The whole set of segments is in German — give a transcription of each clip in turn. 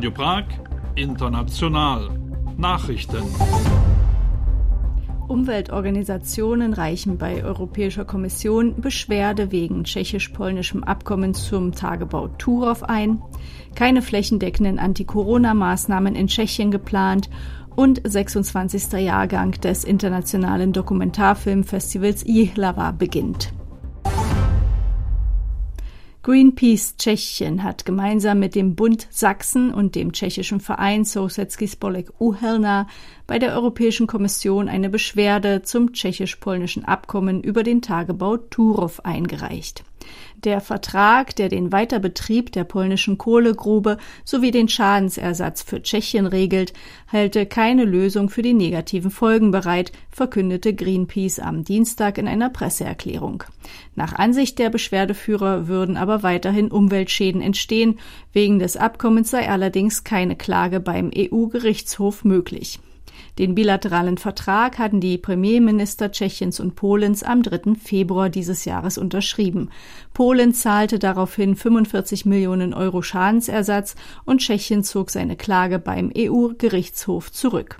Radio Prag International Nachrichten. Umweltorganisationen reichen bei Europäischer Kommission Beschwerde wegen tschechisch-polnischem Abkommen zum Tagebau Turów ein, keine flächendeckenden Anti-Corona-Maßnahmen in Tschechien geplant und 26. Jahrgang des internationalen Dokumentarfilmfestivals Jihlava beginnt. Greenpeace Tschechien hat gemeinsam mit dem Bund Sachsen und dem tschechischen Verein Sousedský spolek Uhelná bei der Europäischen Kommission eine Beschwerde zum tschechisch-polnischen Abkommen über den Tagebau Turów eingereicht. Der Vertrag, der den Weiterbetrieb der polnischen Kohlegrube sowie den Schadensersatz für Tschechien regelt, halte keine Lösung für die negativen Folgen bereit, verkündete Greenpeace am Dienstag in einer Presseerklärung. Nach Ansicht der Beschwerdeführer würden aber weiterhin Umweltschäden entstehen. Wegen des Abkommens sei allerdings keine Klage beim EU-Gerichtshof möglich. Den bilateralen Vertrag hatten die Premierminister Tschechiens und Polens am 3. Februar dieses Jahres unterschrieben. Polen zahlte daraufhin 45 Millionen Euro Schadensersatz und Tschechien zog seine Klage beim EU-Gerichtshof zurück.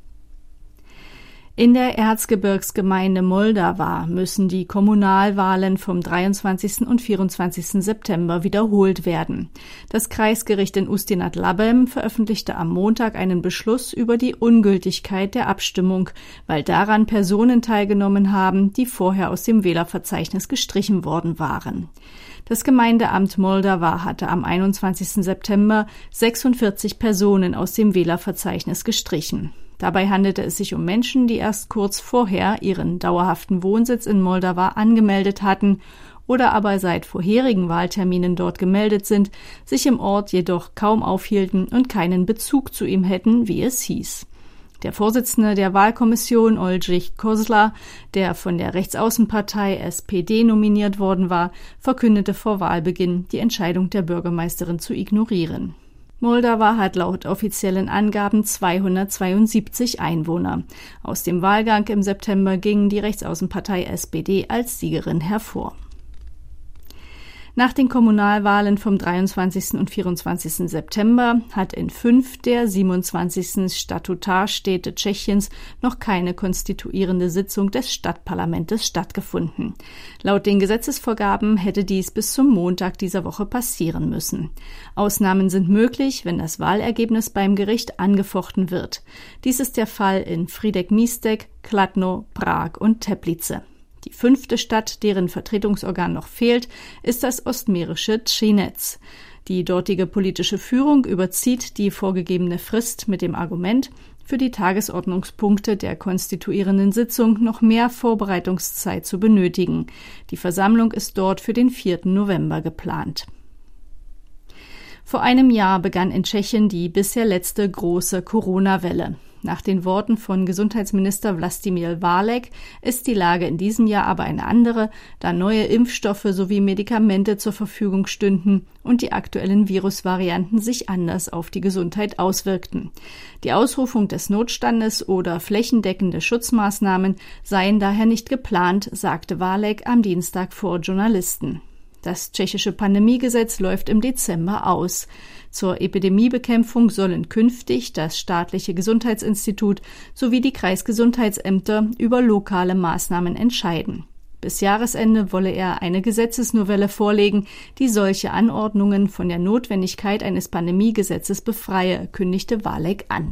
In der Erzgebirgsgemeinde Moldava müssen die Kommunalwahlen vom 23. und 24. September wiederholt werden. Das Kreisgericht in Ústí-nad veröffentlichte am Montag einen Beschluss über die Ungültigkeit der Abstimmung, weil daran Personen teilgenommen haben, die vorher aus dem Wählerverzeichnis gestrichen worden waren. Das Gemeindeamt Moldava hatte am 21. September 46 Personen aus dem Wählerverzeichnis gestrichen. Dabei handelte es sich um Menschen, die erst kurz vorher ihren dauerhaften Wohnsitz in Moldava angemeldet hatten oder aber seit vorherigen Wahlterminen dort gemeldet sind, sich im Ort jedoch kaum aufhielten und keinen Bezug zu ihm hätten, wie es hieß. Der Vorsitzende der Wahlkommission, Oldřich Kozla, der von der Rechtsaußenpartei SPD nominiert worden war, verkündete vor Wahlbeginn, die Entscheidung der Bürgermeisterin zu ignorieren. Moldava hat laut offiziellen Angaben 272 Einwohner. Aus dem Wahlgang im September ging die Rechtsaußenpartei SPD als Siegerin hervor. Nach den Kommunalwahlen vom 23. und 24. September hat in 5 der 27 Statutarstädte Tschechiens noch keine konstituierende Sitzung des Stadtparlamentes stattgefunden. Laut den Gesetzesvorgaben hätte dies bis zum Montag dieser Woche passieren müssen. Ausnahmen sind möglich, wenn das Wahlergebnis beim Gericht angefochten wird. Dies ist der Fall in Frýdek-Místek, Kladno, Prag und Teplice. Die 5. Stadt, deren Vertretungsorgan noch fehlt, ist das ostmährische Třinec. Die dortige politische Führung überzieht die vorgegebene Frist mit dem Argument, für die Tagesordnungspunkte der konstituierenden Sitzung noch mehr Vorbereitungszeit zu benötigen. Die Versammlung ist dort für den 4. November geplant. Vor einem Jahr begann in Tschechien die bisher letzte große Corona-Welle. Nach den Worten von Gesundheitsminister Vlastimil Válek ist die Lage in diesem Jahr aber eine andere, da neue Impfstoffe sowie Medikamente zur Verfügung stünden und die aktuellen Virusvarianten sich anders auf die Gesundheit auswirkten. Die Ausrufung des Notstandes oder flächendeckende Schutzmaßnahmen seien daher nicht geplant, sagte Válek am Dienstag vor Journalisten. Das tschechische Pandemiegesetz läuft im Dezember aus. Zur Epidemiebekämpfung sollen künftig das staatliche Gesundheitsinstitut sowie die Kreisgesundheitsämter über lokale Maßnahmen entscheiden. Bis Jahresende wolle er eine Gesetzesnovelle vorlegen, die solche Anordnungen von der Notwendigkeit eines Pandemiegesetzes befreie, kündigte Válek an.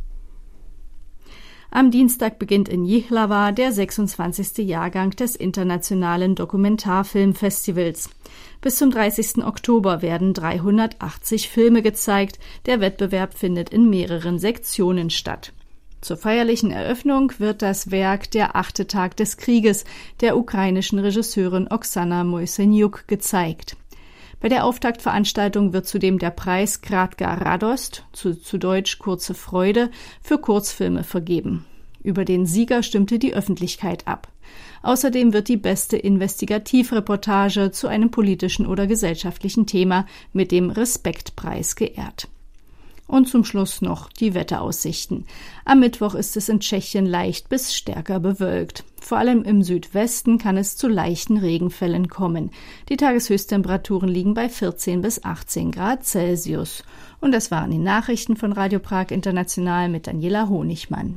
Am Dienstag beginnt in Jihlava der 26. Jahrgang des internationalen Dokumentarfilmfestivals. Bis zum 30. Oktober werden 380 Filme gezeigt. Der Wettbewerb findet in mehreren Sektionen statt. Zur feierlichen Eröffnung wird das Werk Der 8. Tag des Krieges der ukrainischen Regisseurin Oksana Moisenjuk gezeigt. Bei der Auftaktveranstaltung wird zudem der Preis Kratka Radost, zu Deutsch Kurze Freude, für Kurzfilme vergeben. Über den Sieger stimmte die Öffentlichkeit ab. Außerdem wird die beste Investigativreportage zu einem politischen oder gesellschaftlichen Thema mit dem Respektpreis geehrt. Und zum Schluss noch die Wetteraussichten. Am Mittwoch ist es in Tschechien leicht bis stärker bewölkt. Vor allem im Südwesten kann es zu leichten Regenfällen kommen. Die Tageshöchsttemperaturen liegen bei 14 bis 18 Grad Celsius. Und das waren die Nachrichten von Radio Prag International mit Daniela Honigmann.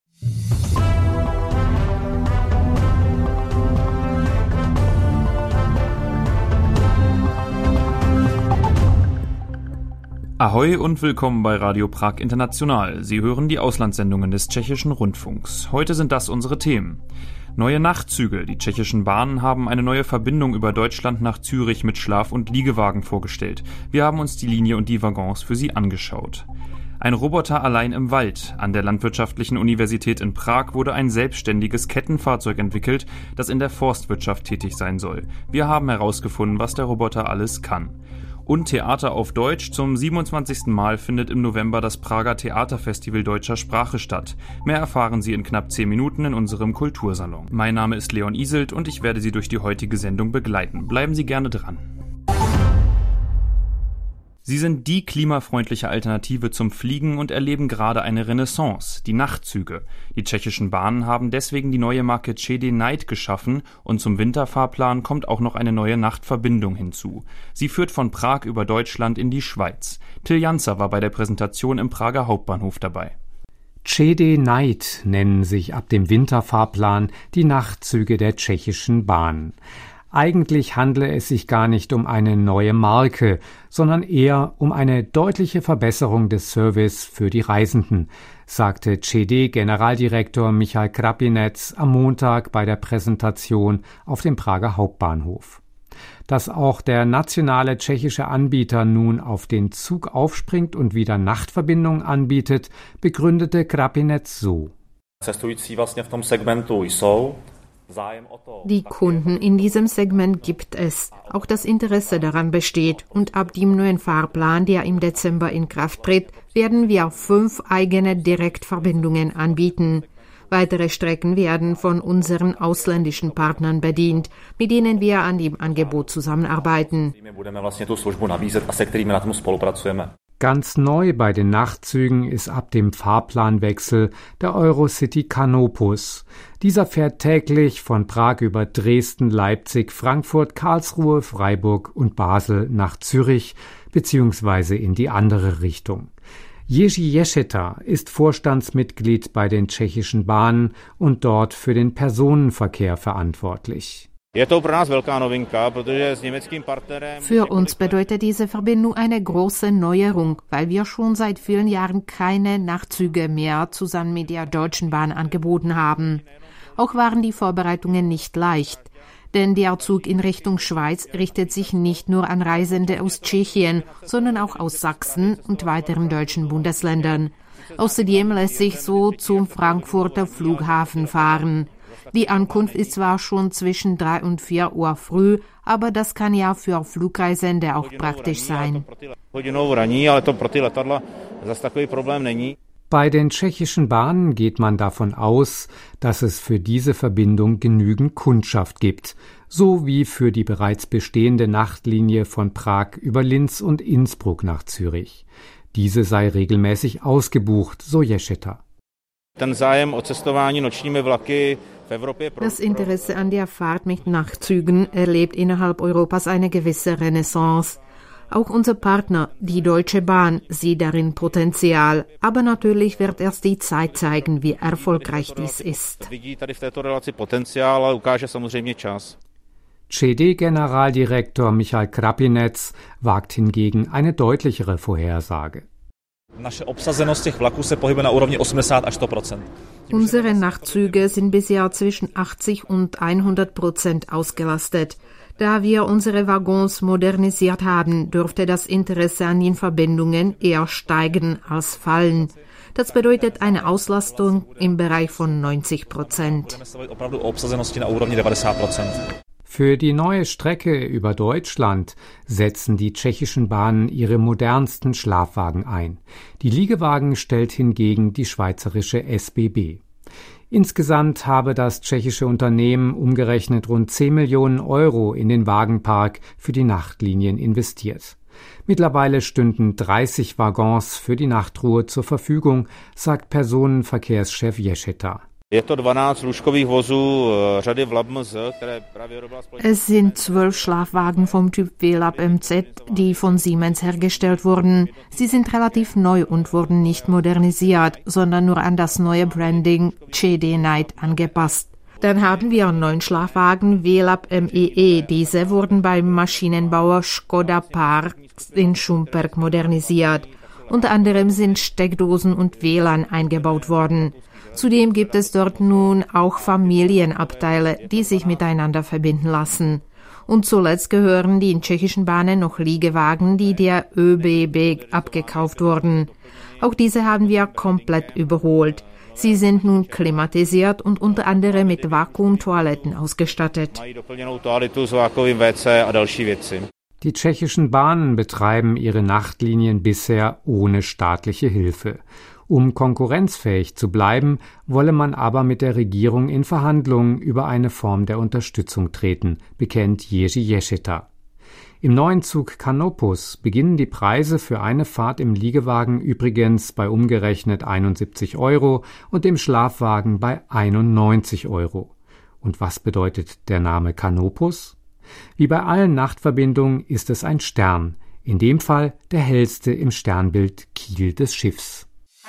Ahoi und willkommen bei Radio Prag International. Sie hören die Auslandssendungen des tschechischen Rundfunks. Heute sind das unsere Themen. Neue Nachtzüge. Die tschechischen Bahnen haben eine neue Verbindung über Deutschland nach Zürich mit Schlaf- und Liegewagen vorgestellt. Wir haben uns die Linie und die Waggons für Sie angeschaut. Ein Roboter allein im Wald. An der Landwirtschaftlichen Universität in Prag wurde ein selbstständiges Kettenfahrzeug entwickelt, das in der Forstwirtschaft tätig sein soll. Wir haben herausgefunden, was der Roboter alles kann. Und Theater auf Deutsch. Zum 27. Mal findet im November das Prager Theaterfestival deutscher Sprache statt. Mehr erfahren Sie in knapp 10 Minuten in unserem Kultursalon. Mein Name ist Leon Iselt und ich werde Sie durch die heutige Sendung begleiten. Bleiben Sie gerne dran. Sie sind die klimafreundliche Alternative zum Fliegen und erleben gerade eine Renaissance, die Nachtzüge. Die tschechischen Bahnen haben deswegen die neue Marke ČD Night geschaffen und zum Winterfahrplan kommt auch noch eine neue Nachtverbindung hinzu. Sie führt von Prag über Deutschland in die Schweiz. Till Janzer war bei der Präsentation im Prager Hauptbahnhof dabei. ČD Night nennen sich ab dem Winterfahrplan die Nachtzüge der tschechischen Bahn. Eigentlich handle es sich gar nicht um eine neue Marke, sondern eher um eine deutliche Verbesserung des Service für die Reisenden, sagte ČD-Generaldirektor Michal Krapinec am Montag bei der Präsentation auf dem Prager Hauptbahnhof. Dass auch der nationale tschechische Anbieter nun auf den Zug aufspringt und wieder Nachtverbindungen anbietet, begründete Krapinec so. Die Kunden in diesem Segment gibt es. Auch das Interesse daran besteht. Und ab dem neuen Fahrplan, der im Dezember in Kraft tritt, werden wir 5 eigene Direktverbindungen anbieten. Weitere Strecken werden von unseren ausländischen Partnern bedient, mit denen wir an dem Angebot zusammenarbeiten. Ganz neu bei den Nachtzügen ist ab dem Fahrplanwechsel der Eurocity Canopus. Dieser fährt täglich von Prag über Dresden, Leipzig, Frankfurt, Karlsruhe, Freiburg und Basel nach Zürich bzw. in die andere Richtung. Jerzy Ješeta ist Vorstandsmitglied bei den tschechischen Bahnen und dort für den Personenverkehr verantwortlich. Für uns bedeutet diese Verbindung eine große Neuerung, weil wir schon seit vielen Jahren keine Nachtzüge mehr zusammen mit der Deutschen Bahn angeboten haben. Auch waren die Vorbereitungen nicht leicht, denn der Zug in Richtung Schweiz richtet sich nicht nur an Reisende aus Tschechien, sondern auch aus Sachsen und weiteren deutschen Bundesländern. Außerdem lässt sich so zum Frankfurter Flughafen fahren. Die Ankunft ist zwar schon zwischen 3 und 4 Uhr früh, aber das kann ja für Flugreisende auch praktisch sein. Bei den tschechischen Bahnen geht man davon aus, dass es für diese Verbindung genügend Kundschaft gibt, so wie für die bereits bestehende Nachtlinie von Prag über Linz und Innsbruck nach Zürich. Diese sei regelmäßig ausgebucht, so Ješeta. Das Interesse an der Fahrt mit Nachtzügen erlebt innerhalb Europas eine gewisse Renaissance. Auch unser Partner, die Deutsche Bahn, sieht darin Potenzial. Aber natürlich wird erst die Zeit zeigen, wie erfolgreich dies ist. ČD-Generaldirektor Michal Krapinec wagt hingegen eine deutlichere Vorhersage. Unsere Nachtzüge sind bisher zwischen 80 und 100% ausgelastet. Da wir unsere Waggons modernisiert haben, dürfte das Interesse an den Verbindungen eher steigen als fallen. Das bedeutet eine Auslastung im Bereich von 90%. Für die neue Strecke über Deutschland setzen die tschechischen Bahnen ihre modernsten Schlafwagen ein. Die Liegewagen stellt hingegen die schweizerische SBB. Insgesamt habe das tschechische Unternehmen umgerechnet rund 10 Millionen Euro in den Wagenpark für die Nachtlinien investiert. Mittlerweile stünden 30 Waggons für die Nachtruhe zur Verfügung, sagt Personenverkehrschef Ješeta. Es sind 12 Schlafwagen vom Typ Velab MZ, die von Siemens hergestellt wurden. Sie sind relativ neu und wurden nicht modernisiert, sondern nur an das neue Branding CD Night angepasst. Dann haben wir 9 Schlafwagen Velab MEE. Diese wurden beim Maschinenbauer Škoda Park in Šumperk modernisiert. Unter anderem sind Steckdosen und WLAN eingebaut worden. Zudem gibt es dort nun auch Familienabteile, die sich miteinander verbinden lassen. Und zuletzt gehören die in tschechischen Bahnen noch Liegewagen, die der ÖBB abgekauft wurden. Auch diese haben wir komplett überholt. Sie sind nun klimatisiert und unter anderem mit Vakuumtoiletten ausgestattet. Die tschechischen Bahnen betreiben ihre Nachtlinien bisher ohne staatliche Hilfe. Um konkurrenzfähig zu bleiben, wolle man aber mit der Regierung in Verhandlungen über eine Form der Unterstützung treten, bekennt Jerzy Ješeta. Im neuen Zug Canopus beginnen die Preise für eine Fahrt im Liegewagen übrigens bei umgerechnet 71 € und im Schlafwagen bei 91 €. Und was bedeutet der Name Canopus? Wie bei allen Nachtverbindungen ist es ein Stern, in dem Fall der hellste im Sternbild Kiel des Schiffs.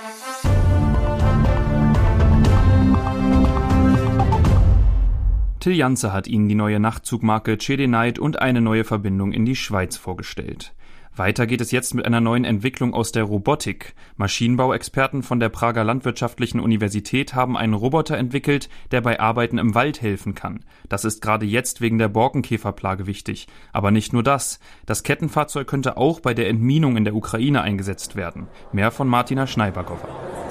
Till Janze hat Ihnen die neue Nachtzugmarke CD Night und eine neue Verbindung in die Schweiz vorgestellt. Weiter geht es jetzt mit einer neuen Entwicklung aus der Robotik. Maschinenbauexperten von der Prager Landwirtschaftlichen Universität haben einen Roboter entwickelt, der bei Arbeiten im Wald helfen kann. Das ist gerade jetzt wegen der Borkenkäferplage wichtig. Aber nicht nur das. Das Kettenfahrzeug könnte auch bei der Entminung in der Ukraine eingesetzt werden. Mehr von Martina Schneibergova.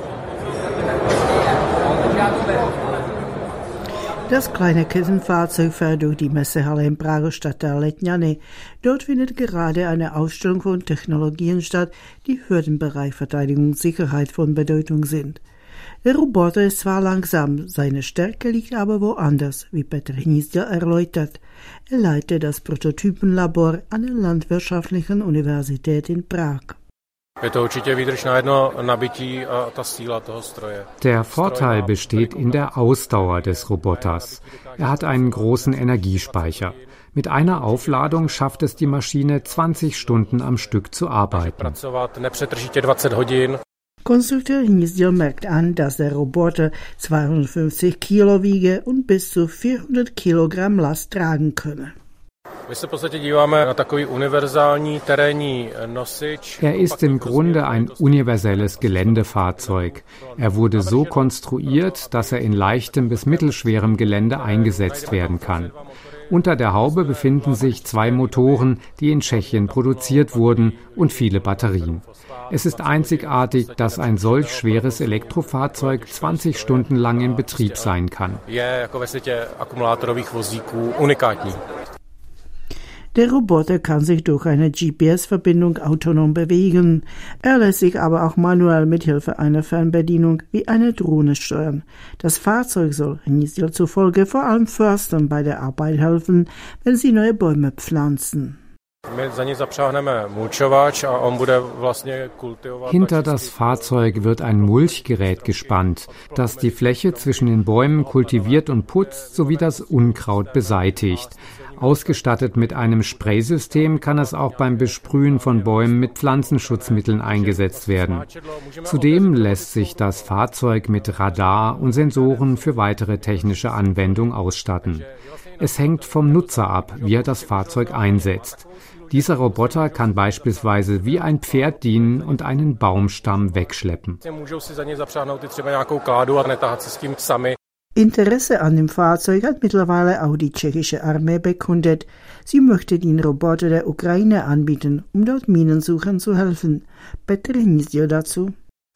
Das kleine Kettenfahrzeug fährt durch die Messehalle im Prager Stadtteil Letňany. Dort findet gerade eine Ausstellung von Technologien statt, die für den Bereich Verteidigung und Sicherheit von Bedeutung sind. Der Roboter ist zwar langsam, seine Stärke liegt aber woanders, wie Petr Hnízdil erläutert. Er leitet das Prototypenlabor an der Landwirtschaftlichen Universität in Prag. Der Vorteil besteht in der Ausdauer des Roboters. Er hat einen großen Energiespeicher. Mit einer Aufladung schafft es die Maschine 20 Stunden am Stück zu arbeiten. Konstrukteur Hnízdil merkt an, dass der Roboter 250 Kilo wiege und bis zu 400 Kilogramm Last tragen könne. Er ist im Grunde ein universelles Geländefahrzeug. Er wurde so konstruiert, dass er in leichtem bis mittelschwerem Gelände eingesetzt werden kann. Unter der Haube befinden sich 2 Motoren, die in Tschechien produziert wurden, und viele Batterien. Es ist einzigartig, dass ein solch schweres Elektrofahrzeug 20 Stunden lang in Betrieb sein kann. Der Roboter kann sich durch eine GPS-Verbindung autonom bewegen. Er lässt sich aber auch manuell mit Hilfe einer Fernbedienung wie eine Drohne steuern. Das Fahrzeug soll Hnízdil zufolge vor allem Förstern bei der Arbeit helfen, wenn sie neue Bäume pflanzen. Hinter das Fahrzeug wird ein Mulchgerät gespannt, das die Fläche zwischen den Bäumen kultiviert und putzt sowie das Unkraut beseitigt. Ausgestattet mit einem Spraysystem kann es auch beim Besprühen von Bäumen mit Pflanzenschutzmitteln eingesetzt werden. Zudem lässt sich das Fahrzeug mit Radar und Sensoren für weitere technische Anwendungen ausstatten. Es hängt vom Nutzer ab, wie er das Fahrzeug einsetzt. Dieser Roboter kann beispielsweise wie ein Pferd dienen und einen Baumstamm wegschleppen. Interesse an dem Fahrzeug hat mittlerweile auch die tschechische Armee bekundet. Sie möchte den Roboter der Ukraine anbieten, um dort Minensuchern zu helfen. Petr Hnízdil dazu.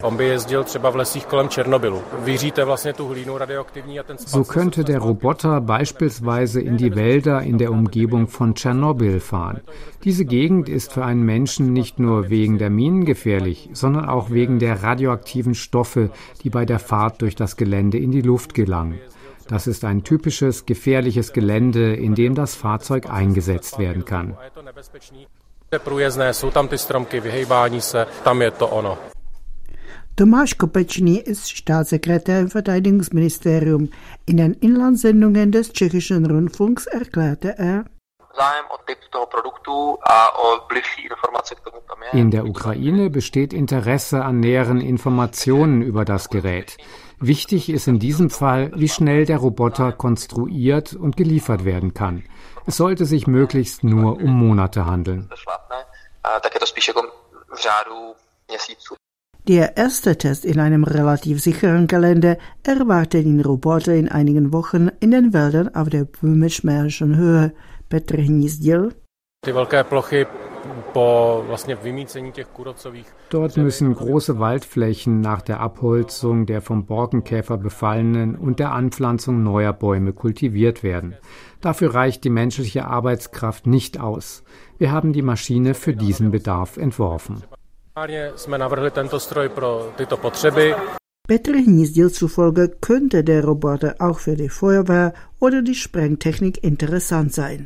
So könnte der Roboter beispielsweise in die Wälder in der Umgebung von Tschernobyl fahren. Diese Gegend ist für einen Menschen nicht nur wegen der Minen gefährlich, sondern auch wegen der radioaktiven Stoffe, die bei der Fahrt durch das Gelände in die Luft gelangen. Das ist ein typisches, gefährliches Gelände, in dem das Fahrzeug eingesetzt werden kann. Tomáš Kopečný ist Staatssekretär im Verteidigungsministerium. In den Inlandssendungen des tschechischen Rundfunks erklärte er: In der Ukraine besteht Interesse an näheren Informationen über das Gerät. Wichtig ist in diesem Fall, wie schnell der Roboter konstruiert und geliefert werden kann. Es sollte sich möglichst nur um Monate handeln. Der erste Test in einem relativ sicheren Gelände erwartet den Roboter in einigen Wochen in den Wäldern auf der Böhmisch-Mährischen Höhe. Petr Hnízdil. Dort müssen große Waldflächen nach der Abholzung der vom Borkenkäfer befallenen und der Anpflanzung neuer Bäume kultiviert werden. Dafür reicht die menschliche Arbeitskraft nicht aus. Wir haben die Maschine für diesen Bedarf entworfen. Petr Hnízdil zufolge könnte der Roboter auch für die Feuerwehr oder die Sprengtechnik interessant sein.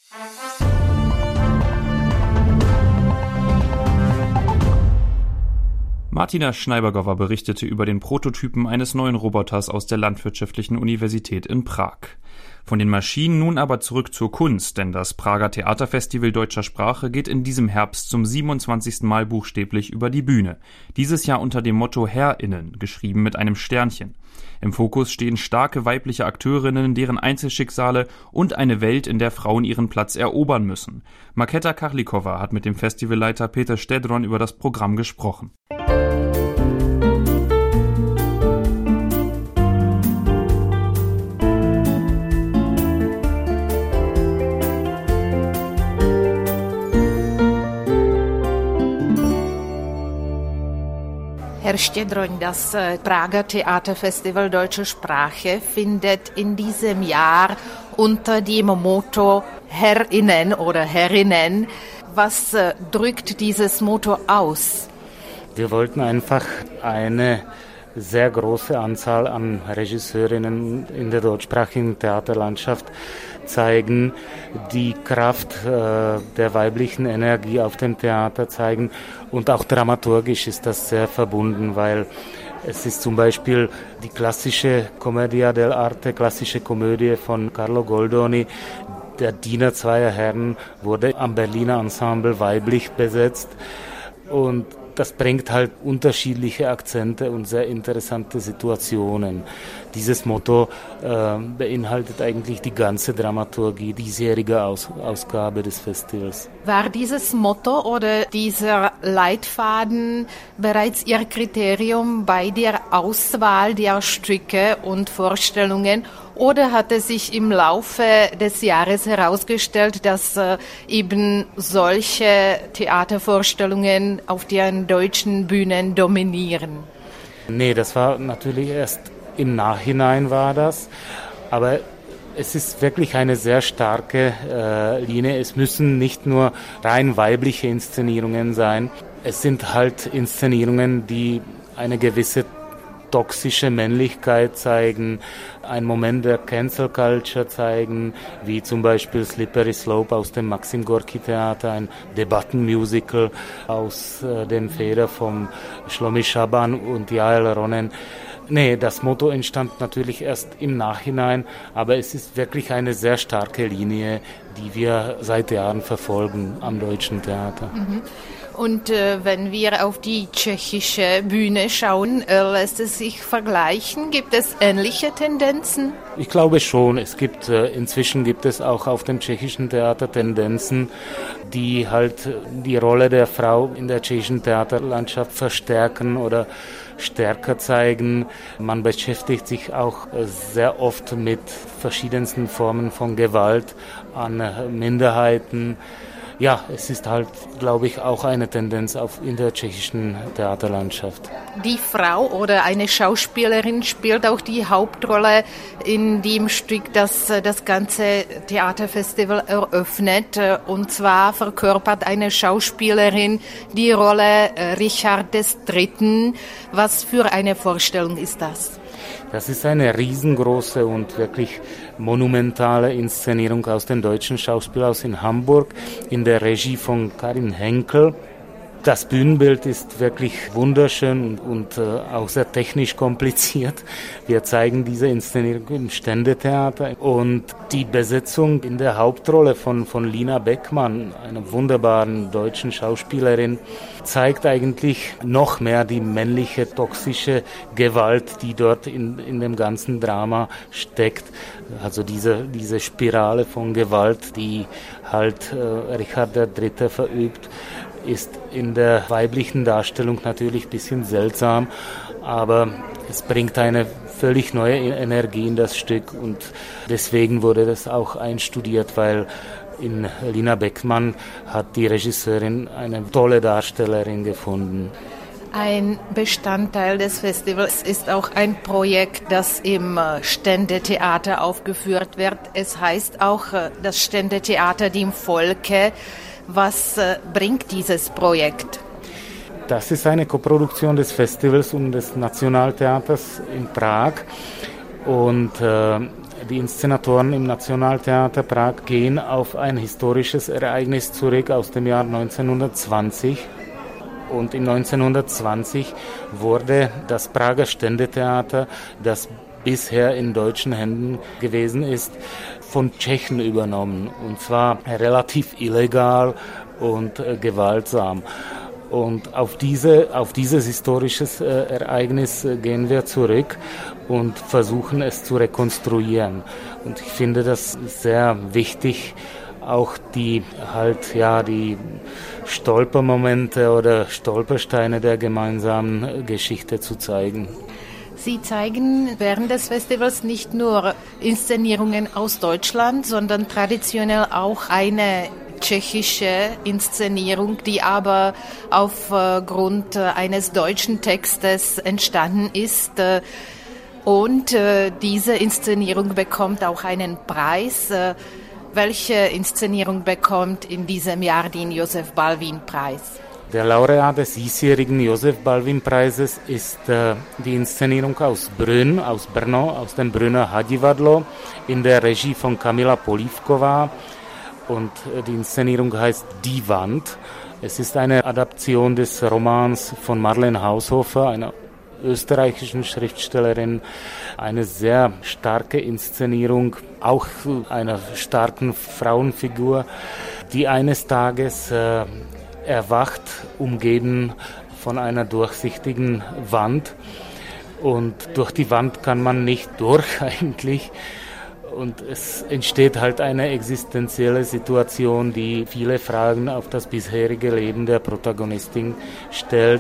Martina Schneibergova berichtete über den Prototypen eines neuen Roboters aus der Landwirtschaftlichen Universität in Prag. Von den Maschinen nun aber zurück zur Kunst, denn das Prager Theaterfestival deutscher Sprache geht in diesem Herbst zum 27. Mal buchstäblich über die Bühne. Dieses Jahr unter dem Motto HerrInnen, geschrieben mit einem Sternchen. Im Fokus stehen starke weibliche Akteurinnen, deren Einzelschicksale und eine Welt, in der Frauen ihren Platz erobern müssen. Markéta Karlíková hat mit dem Festivalleiter Peter Štedron über das Programm gesprochen. Herr Štedron, das Prager Theaterfestival Deutsche Sprache findet in diesem Jahr unter dem Motto HerrInnen oder Herrinnen. Was drückt dieses Motto aus? Wir wollten einfach eine sehr große Anzahl an Regisseurinnen in der deutschsprachigen Theaterlandschaft zeigen, die Kraft der weiblichen Energie auf dem Theater zeigen. Und auch dramaturgisch ist das sehr verbunden, weil es ist zum Beispiel die klassische Commedia dell'arte, klassische Komödie von Carlo Goldoni. Der Diener zweier Herren wurde am Berliner Ensemble weiblich besetzt und das bringt halt unterschiedliche Akzente und sehr interessante Situationen. Dieses Motto beinhaltet eigentlich die ganze Dramaturgie, diesjährige Ausgabe des Festivals. War dieses Motto oder dieser Leitfaden bereits Ihr Kriterium bei der Auswahl der Stücke und Vorstellungen? Oder hat es sich im Laufe des Jahres herausgestellt, dass eben solche Theatervorstellungen auf den deutschen Bühnen dominieren? Nee, das war natürlich erst im Nachhinein war das. Aber es ist wirklich eine sehr starke Linie. Es müssen nicht nur rein weibliche Inszenierungen sein. Es sind halt Inszenierungen, die eine gewisse toxische Männlichkeit zeigen, einen Moment der Cancel Culture zeigen, wie zum Beispiel Slippery Slope aus dem Maxim Gorki Theater, ein Debattenmusical aus dem Feder von Shlomi Shaban und Yael Ronen. Nee, das Motto entstand natürlich erst im Nachhinein, aber es ist wirklich eine sehr starke Linie, die wir seit Jahren verfolgen am Deutschen Theater. Mhm. Und wenn wir auf die tschechische Bühne schauen, lässt es sich vergleichen? Gibt es ähnliche Tendenzen? Ich glaube schon. Inzwischen gibt es auch auf dem tschechischen Theater Tendenzen, die halt die Rolle der Frau in der tschechischen Theaterlandschaft verstärken oder stärker zeigen. Man beschäftigt sich auch sehr oft mit verschiedensten Formen von Gewalt an Minderheiten. Ja, es ist halt, glaube ich, auch eine Tendenz in der tschechischen Theaterlandschaft. Die Frau oder eine Schauspielerin spielt auch die Hauptrolle in dem Stück, das das ganze Theaterfestival eröffnet. Und zwar verkörpert eine Schauspielerin die Rolle Richard III. Was für eine Vorstellung ist das? Das ist eine riesengroße und wirklich monumentale Inszenierung aus dem Deutschen Schauspielhaus in Hamburg in der Regie von Karin Henkel. Das Bühnenbild ist wirklich wunderschön und auch sehr technisch kompliziert. Wir zeigen diese Inszenierung im Ständetheater und die Besetzung in der Hauptrolle von Lina Beckmann, einer wunderbaren deutschen Schauspielerin, zeigt eigentlich noch mehr die männliche toxische Gewalt, die dort in dem ganzen Drama steckt. Also diese Spirale von Gewalt, die halt Richard III. Verübt, ist in der weiblichen Darstellung natürlich ein bisschen seltsam, aber es bringt eine völlig neue Energie in das Stück und deswegen wurde das auch einstudiert, weil in Lina Beckmann hat die Regisseurin eine tolle Darstellerin gefunden. Ein Bestandteil des Festivals ist auch ein Projekt, das im Ständetheater aufgeführt wird. Es heißt auch das Ständetheater dem Volke. Was bringt dieses Projekt? Das ist eine Koproduktion des Festivals und des Nationaltheaters in Prag. Und die Inszenatoren im Nationaltheater Prag gehen auf ein historisches Ereignis zurück aus dem Jahr 1920. Und in 1920 wurde das Prager Ständetheater, das bisher in deutschen Händen gewesen ist, von Tschechen übernommen. Und zwar relativ illegal und gewaltsam. Und auf dieses historisches Ereignis gehen wir zurück und versuchen es zu rekonstruieren. Und ich finde das sehr wichtig, auch die Stolpermomente oder Stolpersteine der gemeinsamen Geschichte zu zeigen. Sie zeigen während des Festivals nicht nur Inszenierungen aus Deutschland, sondern traditionell auch eine tschechische Inszenierung, die aber aufgrund eines deutschen Textes entstanden ist. Und diese Inszenierung bekommt auch einen Preis. Welche Inszenierung bekommt in diesem Jahr den Josef-Balvin-Preis? Der Laureat des diesjährigen Josef-Balvin-Preises ist die Inszenierung aus Brünn, aus Brno, aus dem Brünner Hadivadlo in der Regie von Kamila Polívková. Und die Inszenierung heißt Die Wand. Es ist eine Adaption des Romans von Marlene Haushofer, einer österreichischen Schriftstellerin. Eine sehr starke Inszenierung, auch einer starken Frauenfigur, die eines Tages erwacht, umgeben von einer durchsichtigen Wand. Und durch die Wand kann man nicht durch eigentlich. Und es entsteht halt eine existenzielle Situation, die viele Fragen auf das bisherige Leben der Protagonistin stellt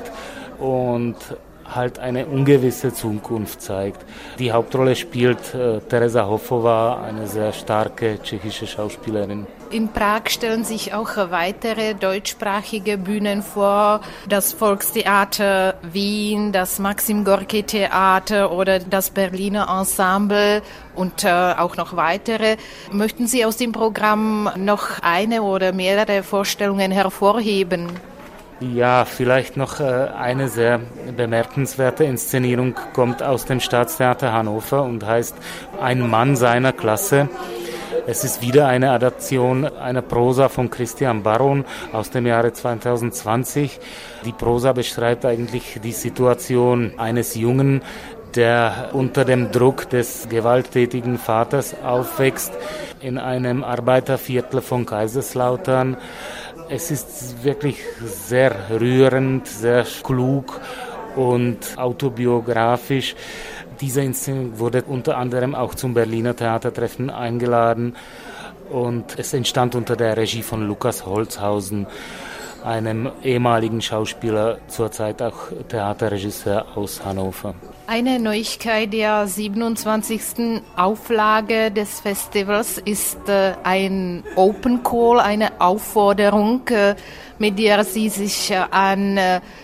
und halt eine ungewisse Zukunft zeigt. Die Hauptrolle spielt Tereza Hofová, eine sehr starke tschechische Schauspielerin. In Prag stellen sich auch weitere deutschsprachige Bühnen vor, das Volkstheater Wien, das Maxim-Gorki-Theater oder das Berliner Ensemble und auch noch weitere. Möchten Sie aus dem Programm noch eine oder mehrere Vorstellungen hervorheben? Ja, vielleicht noch eine sehr bemerkenswerte Inszenierung kommt aus dem Staatstheater Hannover und heißt Ein Mann seiner Klasse. Es ist wieder eine Adaption einer Prosa von Christian Baron aus dem Jahre 2020. Die Prosa beschreibt eigentlich die Situation eines Jungen, der unter dem Druck des gewalttätigen Vaters aufwächst in einem Arbeiterviertel von Kaiserslautern. Es ist wirklich sehr rührend, sehr klug und autobiografisch. Diese Inszenierung wurde unter anderem auch zum Berliner Theatertreffen eingeladen und es entstand unter der Regie von Lukas Holzhausen, einem ehemaligen Schauspieler, zurzeit auch Theaterregisseur aus Hannover. Eine Neuigkeit der 27. Auflage des Festivals ist ein Open Call, eine Aufforderung, mit der Sie sich an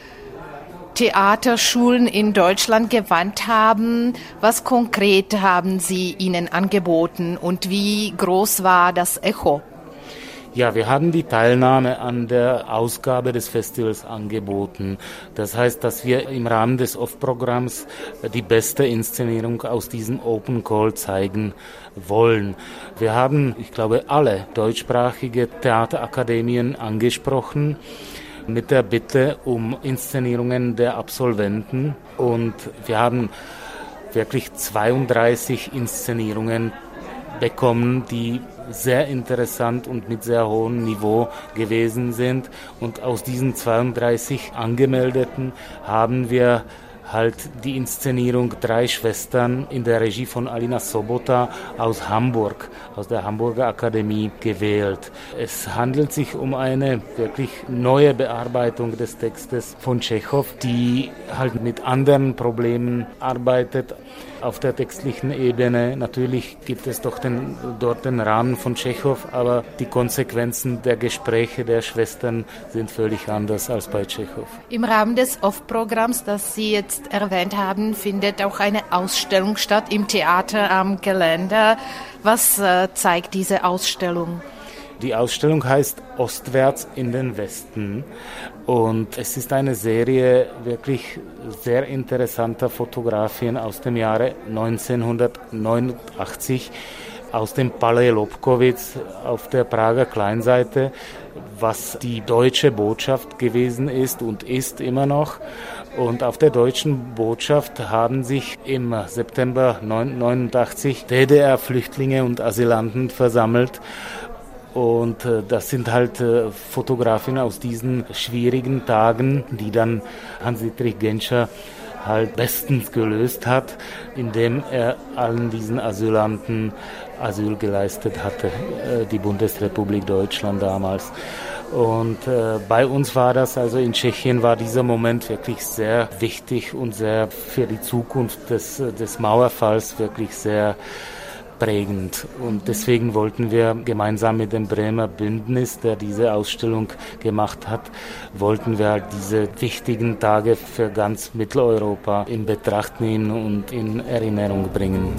Theaterschulen in Deutschland gewandt haben. Was konkret haben Sie ihnen angeboten und wie groß war das Echo? Ja, wir haben die Teilnahme an der Ausgabe des Festivals angeboten. Das heißt, dass wir im Rahmen des Off-Programms die beste Inszenierung aus diesem Open Call zeigen wollen. Wir haben, ich glaube, alle deutschsprachige Theaterakademien angesprochen mit der Bitte um Inszenierungen der Absolventen. Und wir haben wirklich 32 Inszenierungen bekommen, die sehr interessant und mit sehr hohem Niveau gewesen sind. Und aus diesen 32 Angemeldeten haben wir halt die Inszenierung Drei Schwestern in der Regie von Alina Sobota aus Hamburg, aus der Hamburger Akademie gewählt. Es handelt sich um eine wirklich neue Bearbeitung des Textes von Tschechow, die halt mit anderen Problemen arbeitet. Auf der textlichen Ebene natürlich gibt es doch dort den Rahmen von Tschechow, aber die Konsequenzen der Gespräche der Schwestern sind völlig anders als bei Tschechow. Im Rahmen des Off-Programms, das Sie jetzt erwähnt haben, findet auch eine Ausstellung statt im Theater am Geländer. Was zeigt diese Ausstellung? Die Ausstellung heißt Ostwärts in den Westen und es ist eine Serie wirklich sehr interessanter Fotografien aus dem Jahre 1989 aus dem Palais Lobkowitz auf der Prager Kleinseite, was die deutsche Botschaft gewesen ist und ist immer noch. Und auf der deutschen Botschaft haben sich im September 1989 DDR-Flüchtlinge und Asylanten versammelt. Und das sind halt Fotografien aus diesen schwierigen Tagen, die dann Hans-Dietrich Genscher halt bestens gelöst hat, indem er allen diesen Asylanten Asyl geleistet hatte, die Bundesrepublik Deutschland damals. Und bei uns war das, also in Tschechien war dieser Moment wirklich sehr wichtig und sehr für die Zukunft des Mauerfalls wirklich sehr prägend. Und deswegen wollten wir gemeinsam mit dem Bremer Bündnis, der diese Ausstellung gemacht hat, wollten wir halt diese wichtigen Tage für ganz Mitteleuropa in Betracht nehmen und in Erinnerung bringen.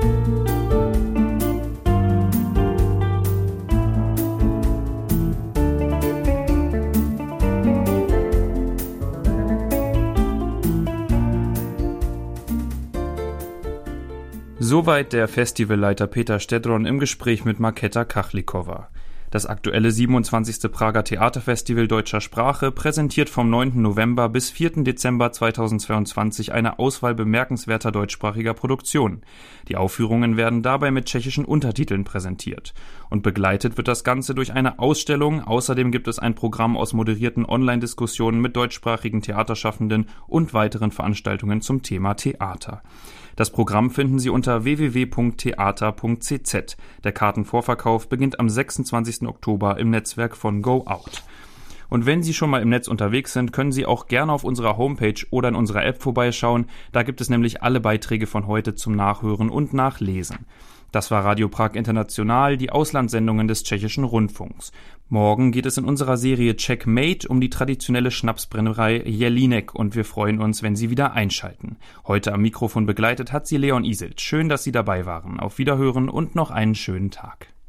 Soweit der Festivalleiter Peter Stedron im Gespräch mit Markéta Kachlíková. Das aktuelle 27. Prager Theaterfestival deutscher Sprache präsentiert vom 9. November bis 4. Dezember 2022 eine Auswahl bemerkenswerter deutschsprachiger Produktionen. Die Aufführungen werden dabei mit tschechischen Untertiteln präsentiert. Und begleitet wird das Ganze durch eine Ausstellung. Außerdem gibt es ein Programm aus moderierten Online-Diskussionen mit deutschsprachigen Theaterschaffenden und weiteren Veranstaltungen zum Thema Theater. Das Programm finden Sie unter www.theater.cz. Der Kartenvorverkauf beginnt am 26. Oktober im Netzwerk von Go Out. Und wenn Sie schon mal im Netz unterwegs sind, können Sie auch gerne auf unserer Homepage oder in unserer App vorbeischauen. Da gibt es nämlich alle Beiträge von heute zum Nachhören und Nachlesen. Das war Radio Prag International, die Auslandssendungen des Tschechischen Rundfunks. Morgen geht es in unserer Serie Checkmate um die traditionelle Schnapsbrennerei Jelinek und wir freuen uns, wenn Sie wieder einschalten. Heute am Mikrofon begleitet hat Sie Leon Iselt. Schön, dass Sie dabei waren. Auf Wiederhören und noch einen schönen Tag.